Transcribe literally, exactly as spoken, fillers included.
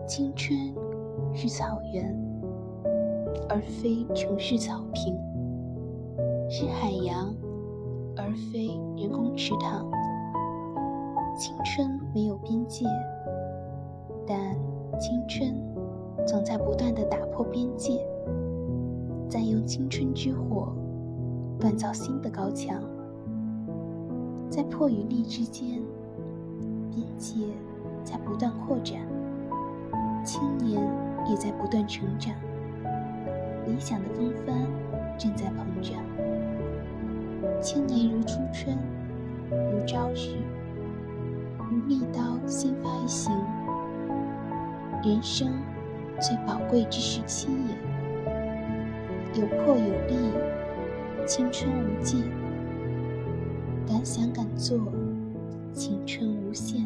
青春是草原，而非城市草坪；是海洋，而非人工池塘。青春没有边界，但青春总在不断地打破边界，再用青春之火锻造新的高墙。在破与立之间，边界在不断扩展，青年也在不断成长，理想的风帆正在膨胀。青年如初春，如朝日，如利刀新发一行。人生最宝贵之十七也，有破有立，青春无界。敢想敢做，青春无限。